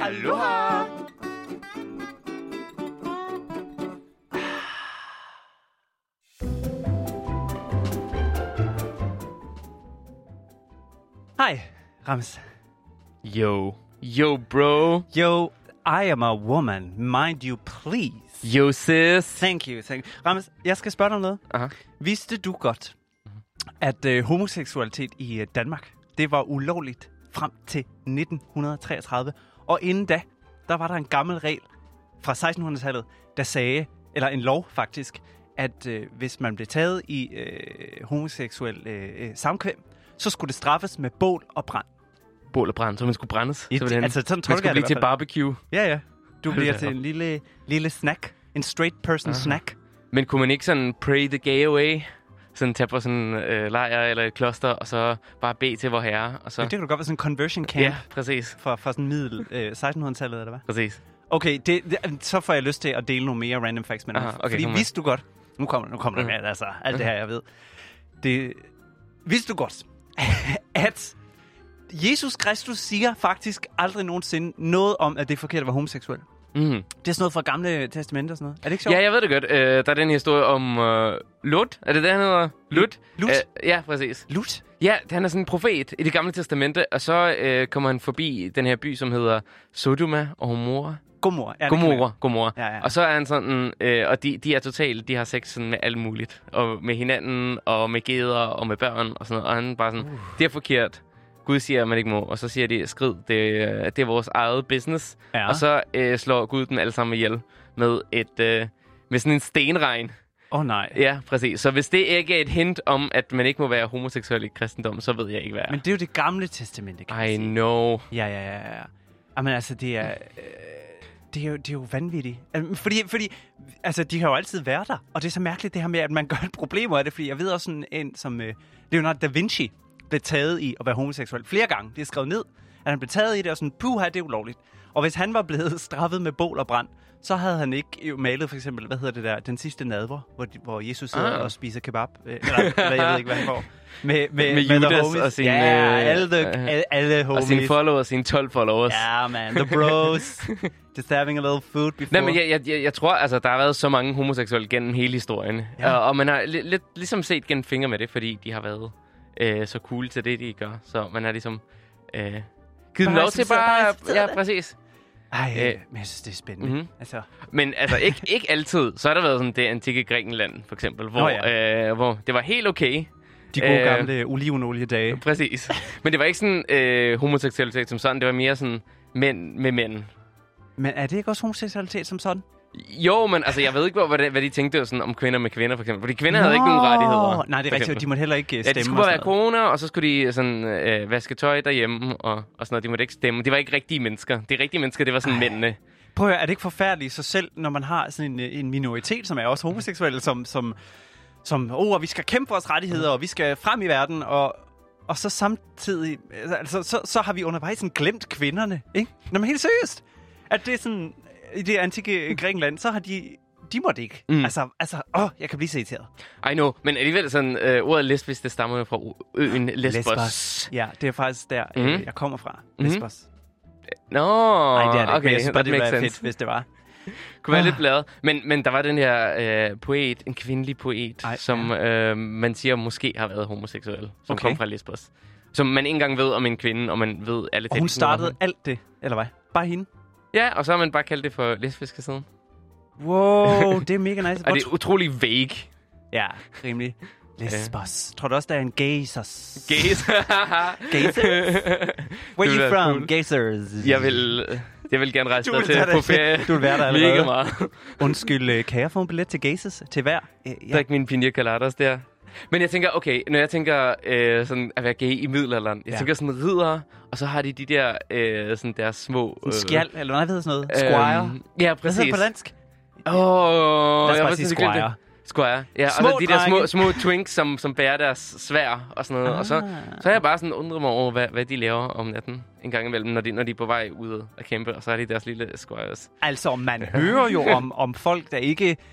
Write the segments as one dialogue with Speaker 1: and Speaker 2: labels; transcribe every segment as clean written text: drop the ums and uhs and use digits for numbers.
Speaker 1: Aloha! Hej, Rams.
Speaker 2: Yo, bro.
Speaker 1: Yo, I am a woman. Mind you, please.
Speaker 2: Yo, sis.
Speaker 1: Thank you. Rams, jeg skal spørge dig om noget.
Speaker 2: Aha.
Speaker 1: Vidste du godt, at homoseksualitet i Danmark, det var ulovligt frem til 1933? Og inden da, der var der en gammel regel fra 1600-tallet, der sagde, eller en lov faktisk, at hvis man blev taget i homoseksuel samkvem, så skulle det straffes med bål og brand.
Speaker 2: Bål og brand, så man skulle brændes.
Speaker 1: Altså, sådan
Speaker 2: man skulle blive til barbecue.
Speaker 1: Ja. Du bliver til en lille snack. En straight person snack.
Speaker 2: Men kunne man ikke sådan pray the gay away? Sådan tage på sådan lejr eller et kloster, og så bare bede til vor herre. Og så...
Speaker 1: Men det kunne godt være sådan en conversion camp.
Speaker 2: Ja, præcis.
Speaker 1: For sådan middel 1600-tallet, eller hvad?
Speaker 2: Præcis.
Speaker 1: Okay, så får jeg lyst til at dele nogle mere random facts med dig. Okay, fordi vidste du godt... Nu kommer der med, altså. Alt det her, jeg ved. Vidste du godt, at Jesus Kristus siger faktisk aldrig nogensinde noget om, at det er forkert at være homoseksuel. Det er sådan noget fra Gamle Testamente og sådan noget. Er det ikke sjovt?
Speaker 2: Ja, jeg ved det godt. Der er den historie om Lut. Er det han hedder? Lut? Ja, præcis.
Speaker 1: Lut?
Speaker 2: Ja, han er sådan en profet i det Gamle Testamente, og så kommer han forbi den her by, som hedder Sodoma og Gomorra. Gomorra. Ja. Og så er han sådan, og de er totalt, de har sex sådan med alt muligt. Og med hinanden, og med geder, og med børn, og sådan noget. Og han er bare sådan, det er forkert. Gud siger, at man ikke må. Og så siger de, skrid, det er vores eget business. Ja. Og så slår Gud dem alle sammen ihjel med med sådan en stenregn.
Speaker 1: Nej.
Speaker 2: Ja, præcis. Så hvis det ikke er et hint om, at man ikke må være homoseksuel i kristendom, så ved jeg ikke, hvad er.
Speaker 1: Men det er jo det Gamle Testamente, kan man sige.
Speaker 2: I know.
Speaker 1: Ja. Jamen altså, det er jo vanvittigt. Fordi altså, de har jo altid været der. Og det er så mærkeligt, det her med, at man gør et problem af det. Fordi jeg ved også sådan en som Leonardo da Vinci blev taget i at være homoseksuel flere gange. Det er skrevet ned, at han blev taget i det, og sådan, puha, det er ulovligt. Og hvis han var blevet straffet med bål og brand, så havde han ikke malet for eksempel, hvad hedder det der, den sidste nadver, hvor Jesus sidder og spiser kebab. Eller jeg ved ikke, hvad han får.
Speaker 2: Med Judas og sine...
Speaker 1: alle homies.
Speaker 2: Og sine followers, sine 12 followers.
Speaker 1: Ja, man. The bros. Just having a little food before.
Speaker 2: Nej, men jeg tror, altså, der har været så mange homoseksuelle gennem hele historien. Ja. Og man har lidt ligesom set gennem fingre med det, fordi de har været så cool til det, de gør. Så man har ligesom givet dem lov til bare... Ja, præcis.
Speaker 1: Men jeg synes, det er spændende.
Speaker 2: Mm-hmm.
Speaker 1: Altså.
Speaker 2: Men altså, ikke altid. Så har der været sådan det antikke Grækenland, for eksempel, hvor det var helt okay.
Speaker 1: De gode gamle olivenolie-dage.
Speaker 2: Præcis. Men det var ikke sådan homoseksualitet som sådan. Det var mere sådan mænd med mænd.
Speaker 1: Men er det ikke også homoseksualitet som sådan?
Speaker 2: Jo, men altså, jeg ved ikke, hvad de tænkte sådan, om kvinder med kvinder, for eksempel. Fordi kvinder havde ikke nogen rettigheder.
Speaker 1: Nej, det er rigtigt. De måtte heller ikke stemme.
Speaker 2: Ja, de skulle bare være koner, og så skulle de sådan, vaske tøj derhjemme, og sådan noget. De måtte ikke stemme. Det var ikke rigtige mennesker. De rigtige mennesker, det var sådan mændene.
Speaker 1: Prøv at høre, er det ikke forfærdeligt så selv, når man har sådan en minoritet, som er også homoseksuelle, som vi skal kæmpe vores rettigheder, og vi skal frem i verden, og så samtidig, altså, så har vi undervejs sådan glemt kvinderne, ikke? Nå, men helt seriøst. At det er sådan, i det antikke Grækenland, så har de måtte ikke. Altså, jeg kan blive så irriteret.
Speaker 2: I know, men alligevel sådan, ordet lesbisk, det stammer jo fra øen Lesbos.
Speaker 1: Ja, det er faktisk der, jeg kommer fra. Lesbos.
Speaker 2: Nej,
Speaker 1: det er det
Speaker 2: okay,
Speaker 1: ikke. Det var fedt, hvis det var.
Speaker 2: Kunne være lidt bladet. Men der var den her poet, en kvindelig poet, som man siger måske har været homoseksuel, som kom fra Lesbos. Som man ikke engang ved om en kvinde, og man ved alle ting.
Speaker 1: Og hun startede alt det, eller hvad? Bare hende?
Speaker 2: Ja, og så har man bare kaldt det for lesbiske siden.
Speaker 1: Wow, det er mega nice.
Speaker 2: Og det er utrolig vague.
Speaker 1: Ja, rimelig. Lesbos. Tror du også, der er en Gazers?
Speaker 2: Gazers?
Speaker 1: Where are you from, Gazers?
Speaker 2: Jeg vil gerne rejse til på ferie.
Speaker 1: Du vil være der allerede.
Speaker 2: Mega meget.
Speaker 1: Undskyld, kan jeg få en billet til Gazers? Til hver?
Speaker 2: Drik mine pina coladas der. Men jeg tænker, okay, når jeg tænker sådan at være gay i middelalderen, jeg tænker sådan ridder, og så har de der sådan deres små...
Speaker 1: skjald, eller hvad hedder sådan noget? Squire?
Speaker 2: Ja, præcis.
Speaker 1: Hvad hedder på dansk?
Speaker 2: Lad os
Speaker 1: bare sige squire.
Speaker 2: Squire, ja.
Speaker 1: Små
Speaker 2: og så de der små twinks, som bærer deres svær og sådan noget. Og så har jeg bare sådan undret mig over, hvad de laver om natten en gang imellem, når de er på vej ud at kæmpe, og så er de deres lille squires.
Speaker 1: Altså, man hører jo om folk, der ikke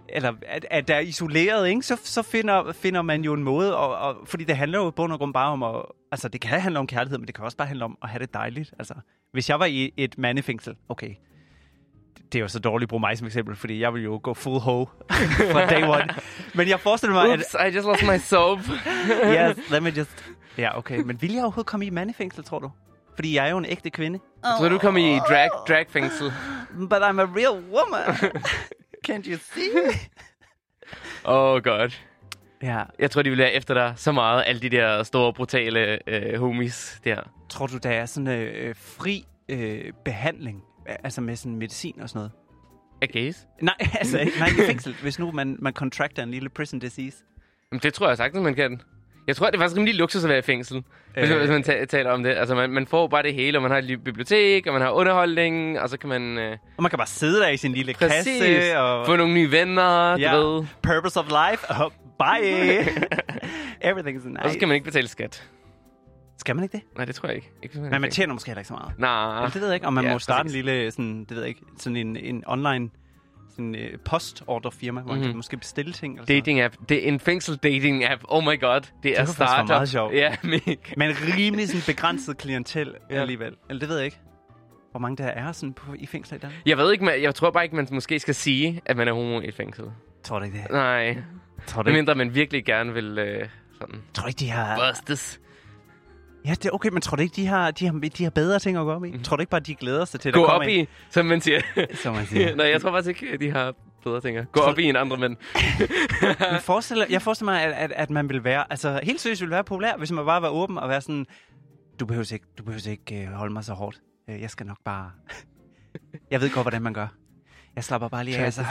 Speaker 1: eller at der er isoleret, ikke? Så finder man jo en måde, og fordi det handler jo bund og grund bare om altså det kan handle om kærlighed, men det kan også bare handle om at have det dejligt. Altså, hvis jeg var i et mandefængsel, okay, det er jo så dårligt at bruge mig som eksempel, fordi jeg vil jo gå full hoe fra day one. Men jeg forestiller mig,
Speaker 2: Oops, I just lost my soap.
Speaker 1: Yes, let me just... Ja, okay. Men vil jeg overhovedet komme i mandefængsel, tror du? Fordi jeg er jo en ægte kvinde.
Speaker 2: Så du kommer i dragfængsel?
Speaker 1: But I'm a real woman. Can't you see?
Speaker 2: God. Ja. Jeg tror, de vil være efter dig så meget, alle de der store, brutale homies der.
Speaker 1: Tror du, der er sådan fri behandling? Altså med sådan medicin og sådan noget?
Speaker 2: Af gays?
Speaker 1: Nej, altså nej, i fængsel. Hvis nu man contracter en lille prison disease.
Speaker 2: Jamen, det tror jeg sagtens, man kan. Jeg tror, det er faktisk rimelig luksus at være i fængsel, hvis man taler om det. Altså, man får bare det hele, og man har et lille bibliotek, og man har underholdning, og så kan man...
Speaker 1: Og man kan bare sidde der i sin lille kasse, og...
Speaker 2: få nogle nye venner, du ved.
Speaker 1: Purpose of life, bye! Everything's nice.
Speaker 2: Og så skal man ikke betale skat.
Speaker 1: Skal man ikke det?
Speaker 2: Nej, det tror jeg ikke.
Speaker 1: Men man tjener måske heller ikke så meget.
Speaker 2: Nej.
Speaker 1: Det ved jeg ikke, om man må starte en lille, sådan, det ved jeg ikke, sådan en online... en postorderfirma, hvor man kan måske bestille ting.
Speaker 2: Dating-app. Det er en fængsel-dating-app. Oh my god. Det er startup.
Speaker 1: Det meget sjovt.
Speaker 2: Ja, mega.
Speaker 1: Men rimelig sådan begrænset klientel alligevel. Eller det ved jeg ikke. Hvor mange der er sådan i fængsel i Danmark?
Speaker 2: Jeg ved ikke, jeg tror bare ikke, man måske skal sige, at man er homo i et fængsel.
Speaker 1: Tror du ikke det?
Speaker 2: Nej. Tror du mindre man virkelig gerne vil sådan...
Speaker 1: Tror du ikke, de har...
Speaker 2: Bustes.
Speaker 1: Ja, det er okay, men tror du ikke, de har bedre ting at gå op i? Tror du ikke bare, de glæder sig til, at
Speaker 2: gå op i, som man siger.
Speaker 1: Som man siger.
Speaker 2: Nej, jeg tror faktisk ikke, de har bedre ting. Gå op i en andre mænd.
Speaker 1: Jeg forestiller mig, at man vil være, altså helt seriøst vil være populær, hvis man bare var åben og være sådan, du behøver ikke holde mig så hårdt. Jeg skal nok bare... Jeg ved godt, hvordan man gør. Jeg slapper bare lige af. Altså.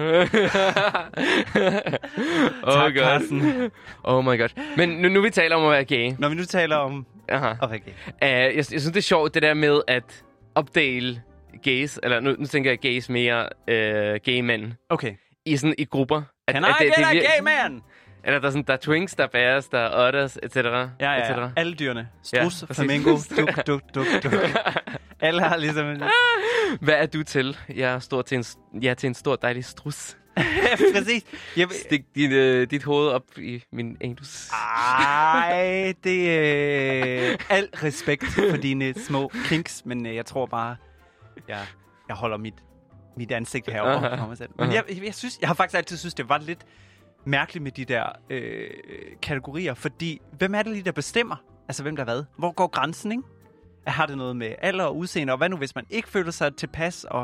Speaker 2: Tak, Carsten. Oh my god. Men nu vi taler om at være gay.
Speaker 1: Når vi nu taler om at være gay.
Speaker 2: Jeg synes, det er sjovt, det der med at opdele gays, eller nu tænker jeg gays mere gay mænd.
Speaker 1: Okay.
Speaker 2: I grupper.
Speaker 1: Can I get a gay man?
Speaker 2: Eller der er twinks, der er bears, der er otters, etc.
Speaker 1: Ja. Alle dyrene. Strus, flamingo, duk. Alle har ligesom...
Speaker 2: Hvad er du til? Jeg er til en stor, dejlig strus.
Speaker 1: Præcis.
Speaker 2: Stik dit hoved op i min anus.
Speaker 1: Ej, det er al respekt for dine små kinks, men jeg tror bare, jeg holder mit ansigt herovre for mig selv. Men jeg har faktisk altid synes, det var lidt mærkeligt med de der kategorier, fordi hvem er det lige, der bestemmer? Altså, hvem der hvad? Hvor går grænsen, ikke? Har det noget med alder og udseende, og hvad nu, hvis man ikke føler sig tilpas, og...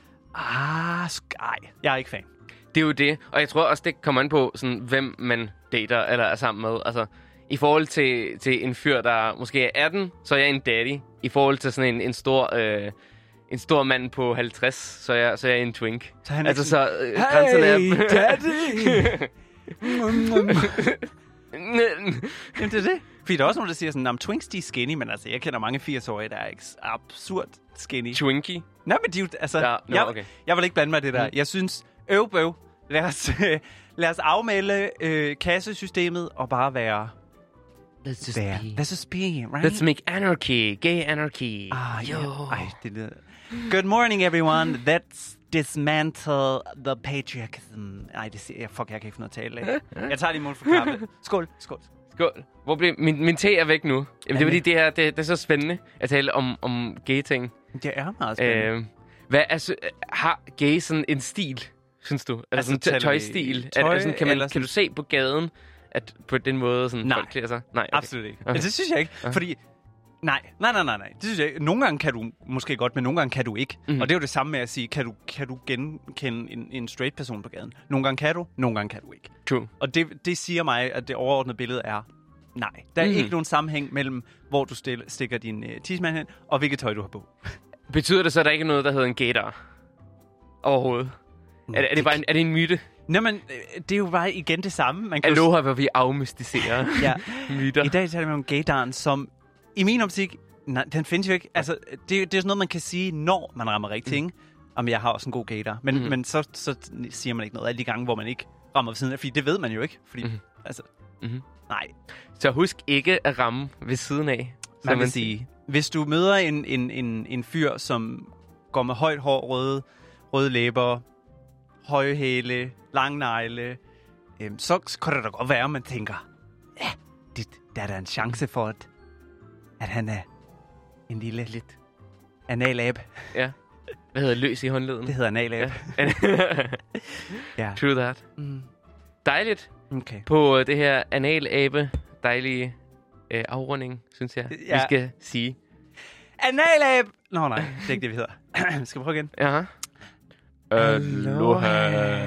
Speaker 1: jeg er ikke fan.
Speaker 2: Det er jo det, og jeg tror også, det kommer an på, sådan, hvem man dater eller er sammen med. Altså, i forhold til en fyr, der måske er 18, så er jeg en daddy. I forhold til sådan en stor mand på 50, så er jeg en twink.
Speaker 1: Så han
Speaker 2: altså,
Speaker 1: sådan,
Speaker 2: grænsen er...
Speaker 1: Hey, daddy! Jamen, det er det. Fordi der er også nogen, der siger sådan, twinks, de er skinny, men altså, jeg kender mange 80-årige, der er absurd skinny.
Speaker 2: Twinkie?
Speaker 1: Nej, men de jo, altså,
Speaker 2: okay.
Speaker 1: Jeg vil ikke blande mig i det der. Jeg synes, bøv. Lad os afmelde kassesystemet og bare være... Let's just be, right?
Speaker 2: Let's make anarchy, gay anarchy.
Speaker 1: Det lyder... Good morning, everyone. Let's dismantle the patriarchism. Ej, det siger jeg. Fuck, jeg kan ikke få noget at tale af. Jeg tager lige mund for kaffe. Skål.
Speaker 2: Hvor blev min te er væk nu? Jamen, det er fordi, det er så spændende at tale om gay ting.
Speaker 1: Det er meget spændende.
Speaker 2: Har gay sådan en stil, synes du? Altså sådan en tøjstil? Kan du se på gaden, at på den måde sådan folk klæder sig? Nej, okay.
Speaker 1: Absolut ikke. Okay. Altså, det synes jeg ikke, fordi... Nej. Det synes jeg ikke. Nogle gange kan du måske godt, men nogle gange kan du ikke. Mm. Og det er jo det samme med at sige, kan du genkende en straight person på gaden? Nogle gange kan du, nogle gange kan du ikke.
Speaker 2: True.
Speaker 1: Og det siger mig, at det overordnede billede er nej. Der er ikke nogen sammenhæng mellem, hvor du stikker din tidsmand hen, og hvilket tøj du har på.
Speaker 2: Betyder det så, at der ikke er noget, der hedder en gaydar? Overhovedet? Er det en myte?
Speaker 1: Nå, men det er jo bare igen det samme. Man kan
Speaker 2: Aloha, hvor vi afmysticerer myter.
Speaker 1: I dag taler vi om gaydaren, som i min optik, nej, den findes jo ikke. Altså, det er sådan noget, man kan sige, når man rammer rigtigt, ikke? Jamen, jeg har også en god gaydar. Men så siger man ikke noget alle de gange, hvor man ikke rammer ved siden af, fordi det ved man jo ikke. Fordi, nej.
Speaker 2: Så husk ikke at ramme ved siden af.
Speaker 1: Man kan sige, hvis du møder en fyr, som går med højt hår, røde læber, høje hæle, lang negle, så kan det da godt være, at man tænker, ja, der er da en chance for, at han er en lidt anal-abe.
Speaker 2: Ja. Hvad hedder løs i håndleden?
Speaker 1: Det hedder anal-abe.
Speaker 2: Ja. True that. Dejligt. Okay. På det her anal-abe, dejlige afrunding, synes jeg, vi skal sige.
Speaker 1: Anal-abe! Nå nej, det er ikke det, vi hedder. Skal vi prøve igen?
Speaker 2: Ja. Aloha.